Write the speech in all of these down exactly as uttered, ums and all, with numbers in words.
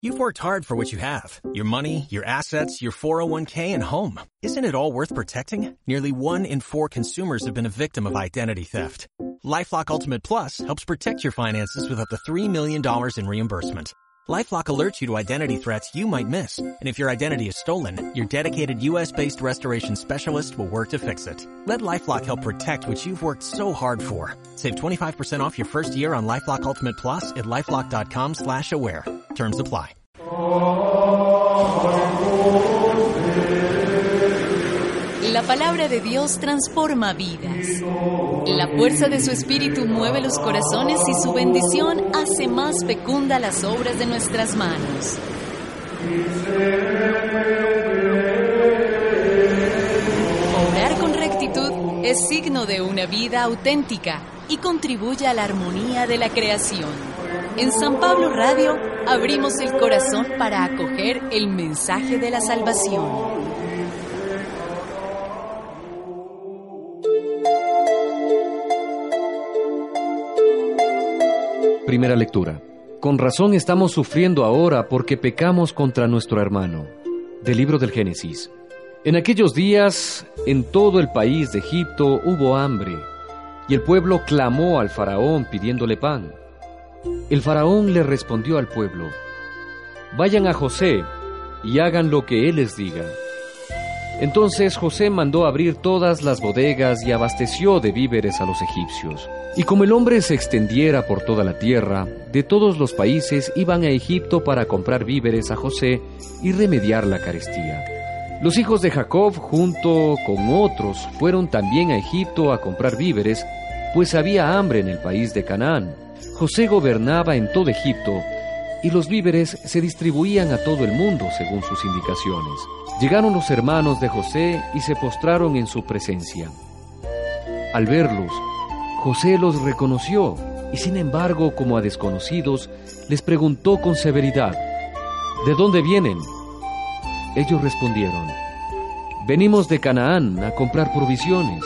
You've worked hard for what you have. Your money, your assets, your four oh one k, and home. Isn't it all worth protecting? Nearly one in four consumers have been a victim of identity theft. LifeLock Ultimate Plus helps protect your finances with up to three million dollars in reimbursement. LifeLock alerts you to identity threats you might miss. And if your identity is stolen, your dedicated U S-based restoration specialist will work to fix it. Let LifeLock help protect what you've worked so hard for. Save twenty-five percent off your first year on LifeLock Ultimate Plus at LifeLock.com slash aware. Terms apply. La palabra de Dios transforma vidas. La fuerza de su espíritu mueve los corazones y su bendición hace más fecunda las obras de nuestras manos. Orar con rectitud es signo de una vida auténtica y contribuye a la armonía de la creación. En San Pablo Radio abrimos el corazón para acoger el mensaje de la salvación. Primera lectura. Con razón estamos sufriendo ahora porque pecamos contra nuestro hermano. Del libro del Génesis. En aquellos días, en todo el país de Egipto hubo hambre, y el pueblo clamó al faraón pidiéndole pan. El faraón le respondió al pueblo: vayan a José y hagan lo que él les diga. Entonces José mandó abrir todas las bodegas y abasteció de víveres a los egipcios. Y como el hombre se extendiera por toda la tierra, de todos los países iban a Egipto para comprar víveres a José y remediar la carestía. Los hijos de Jacob, junto con otros, fueron también a Egipto a comprar víveres, pues había hambre en el país de Canaán. José gobernaba en todo Egipto, y los víveres se distribuían a todo el mundo según sus indicaciones. Llegaron los hermanos de José y se postraron en su presencia. Al verlos, José los reconoció, y sin embargo, como a desconocidos, les preguntó con severidad: ¿de dónde vienen? Ellos respondieron: venimos de Canaán a comprar provisiones.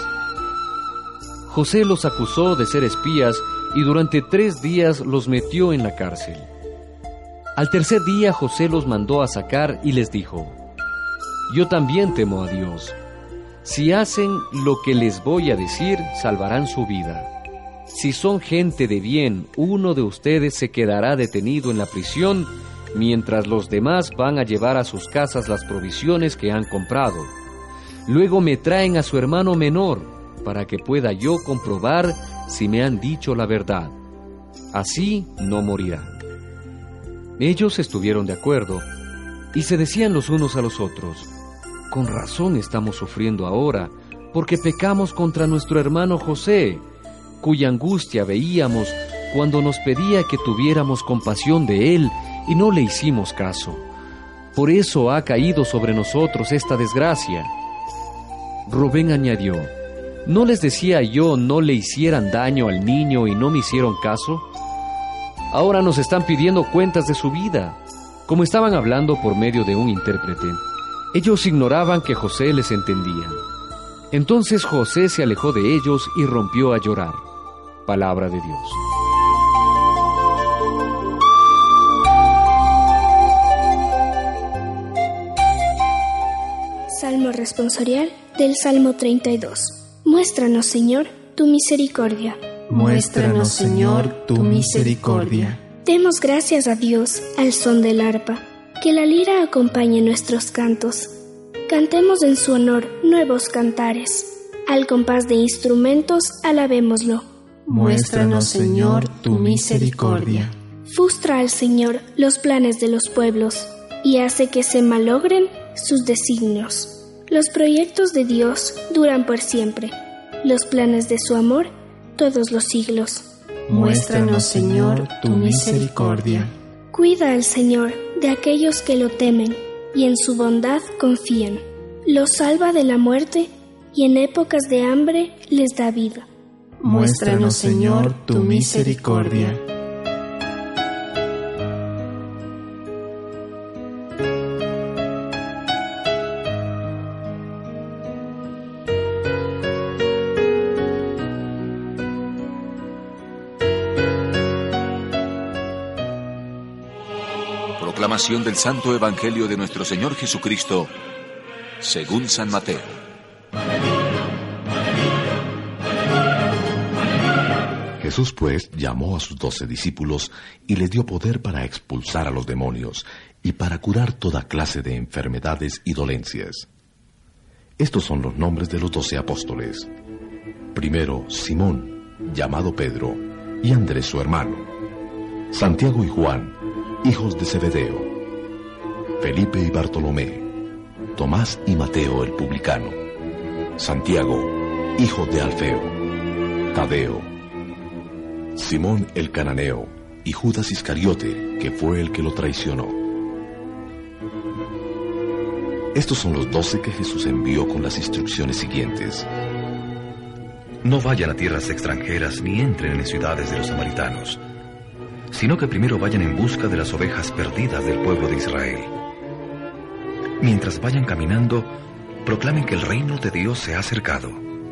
José los acusó de ser espías y durante tres días los metió en la cárcel. Al tercer día José los mandó a sacar y les dijo: yo también temo a Dios. Si hacen lo que les voy a decir, salvarán su vida. Si son gente de bien, uno de ustedes se quedará detenido en la prisión, mientras los demás van a llevar a sus casas las provisiones que han comprado. Luego me traen a su hermano menor, para que pueda yo comprobar si me han dicho la verdad. Así no morirá. Ellos estuvieron de acuerdo, y se decían los unos a los otros: con razón estamos sufriendo ahora, porque pecamos contra nuestro hermano José, cuya angustia veíamos cuando nos pedía que tuviéramos compasión de él, y no le hicimos caso. Por eso ha caído sobre nosotros esta desgracia. Rubén añadió: ¿no les decía yo no le hicieran daño al niño y no me hicieron caso? Ahora nos están pidiendo cuentas de su vida. Como estaban hablando por medio de un intérprete, ellos ignoraban que José les entendía. Entonces José se alejó de ellos y rompió a llorar. Palabra de Dios. Salmo responsorial del Salmo treinta y dos. Muéstranos, Señor, tu misericordia. Muéstranos, Señor, tu misericordia. Demos gracias a Dios al son del arpa, que la lira acompañe nuestros cantos. Cantemos en su honor nuevos cantares, al compás de instrumentos alabémoslo. Muéstranos, Señor, tu misericordia. Frustra al Señor los planes de los pueblos, y hace que se malogren sus designios. Los proyectos de Dios duran por siempre, los planes de su amor todos los siglos. Muéstranos, Señor, tu misericordia. Cuida al Señor de aquellos que lo temen y en su bondad confían. Los salva de la muerte y en épocas de hambre les da vida. Muéstranos, Señor, tu misericordia. Proclamación del Santo Evangelio de nuestro Señor Jesucristo, según San Mateo. Jesús, pues, llamó a sus doce discípulos y les dio poder para expulsar a los demonios y para curar toda clase de enfermedades y dolencias. Estos son los nombres de los doce apóstoles. Primero, Simón, llamado Pedro, y Andrés su hermano. Santiago y Juan, hijos de Zebedeo. Felipe y Bartolomé. Tomás y Mateo el publicano. Santiago, hijo de Alfeo. Tadeo. Simón el cananeo y Judas Iscariote, que fue el que lo traicionó. Estos son los doce que Jesús envió con las instrucciones siguientes. No vayan a tierras extranjeras ni entren en ciudades de los samaritanos, sino que primero vayan en busca de las ovejas perdidas del pueblo de Israel. Mientras vayan caminando, proclamen que el reino de Dios se ha acercado.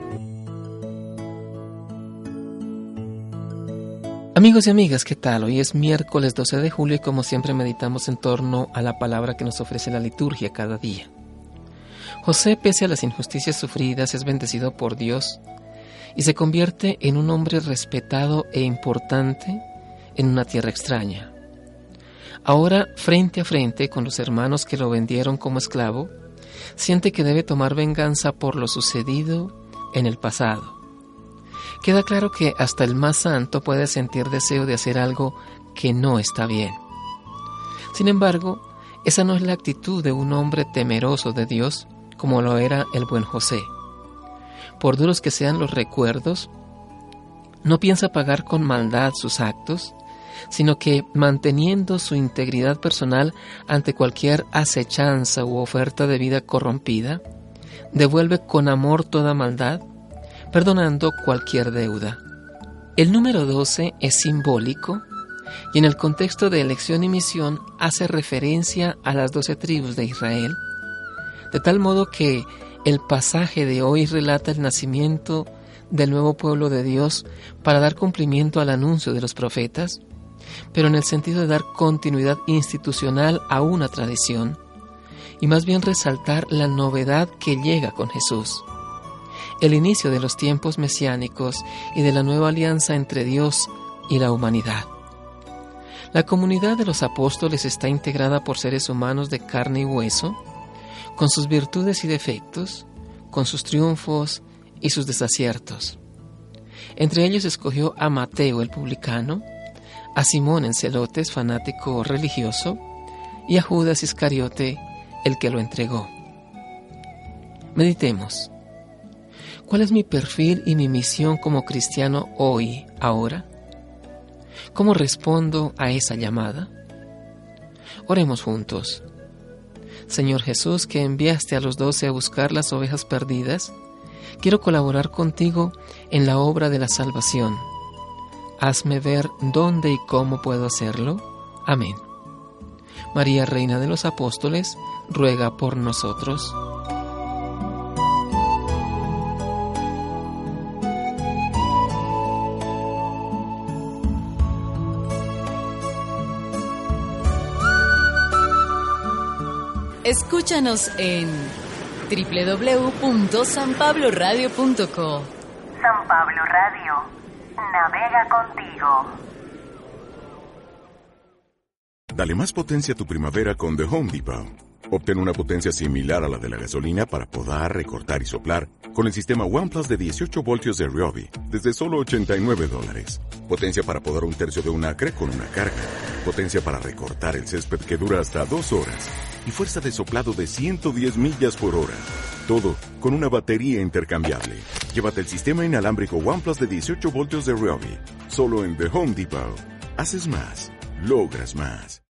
Amigos y amigas, ¿qué tal? Hoy es miércoles doce de julio y como siempre meditamos en torno a la palabra que nos ofrece la liturgia cada día. José, pese a las injusticias sufridas, es bendecido por Dios y se convierte en un hombre respetado e importante en una tierra extraña. Ahora, frente a frente con los hermanos que lo vendieron como esclavo, siente que debe tomar venganza por lo sucedido en el pasado. Queda claro que hasta el más santo puede sentir deseo de hacer algo que no está bien. Sin embargo, esa no es la actitud de un hombre temeroso de Dios como lo era el buen José. Por duros que sean los recuerdos, no piensa pagar con maldad sus actos, sino que, manteniendo su integridad personal ante cualquier acechanza u oferta de vida corrompida, devuelve con amor toda maldad, perdonando cualquier deuda. El número doce es simbólico y en el contexto de elección y misión hace referencia a las doce tribus de Israel, de tal modo que el pasaje de hoy relata el nacimiento del nuevo pueblo de Dios para dar cumplimiento al anuncio de los profetas, pero en el sentido de dar continuidad institucional a una tradición y más bien resaltar la novedad que llega con Jesús. El inicio de los tiempos mesiánicos y de la nueva alianza entre Dios y la humanidad. La comunidad de los apóstoles está integrada por seres humanos de carne y hueso, con sus virtudes y defectos, con sus triunfos y sus desaciertos. Entre ellos escogió a Mateo el publicano, a Simón en Celotes, fanático religioso, y a Judas Iscariote, el que lo entregó. Meditemos. ¿Cuál es mi perfil y mi misión como cristiano hoy, ahora? ¿Cómo respondo a esa llamada? Oremos juntos. Señor Jesús, que enviaste a los doce a buscar las ovejas perdidas, quiero colaborar contigo en la obra de la salvación. Hazme ver dónde y cómo puedo hacerlo. Amén. María, Reina de los Apóstoles, ruega por nosotros. Escúchanos en doble u doble u doble u punto san pablo radio punto co. San Pablo Radio, navega contigo. Dale más potencia a tu primavera con The Home Depot. Obtén una potencia similar a la de la gasolina para podar, recortar y soplar con el sistema OnePlus de dieciocho voltios de Ryobi desde solo ochenta y nueve dólares. Potencia para podar un tercio de un acre con una carga. Potencia para recortar el césped que dura hasta dos horas. Y fuerza de soplado de ciento diez millas por hora. Todo con una batería intercambiable. Llévate el sistema inalámbrico OnePlus de dieciocho voltios de Ryobi. Solo en The Home Depot. Haces más. Logras más.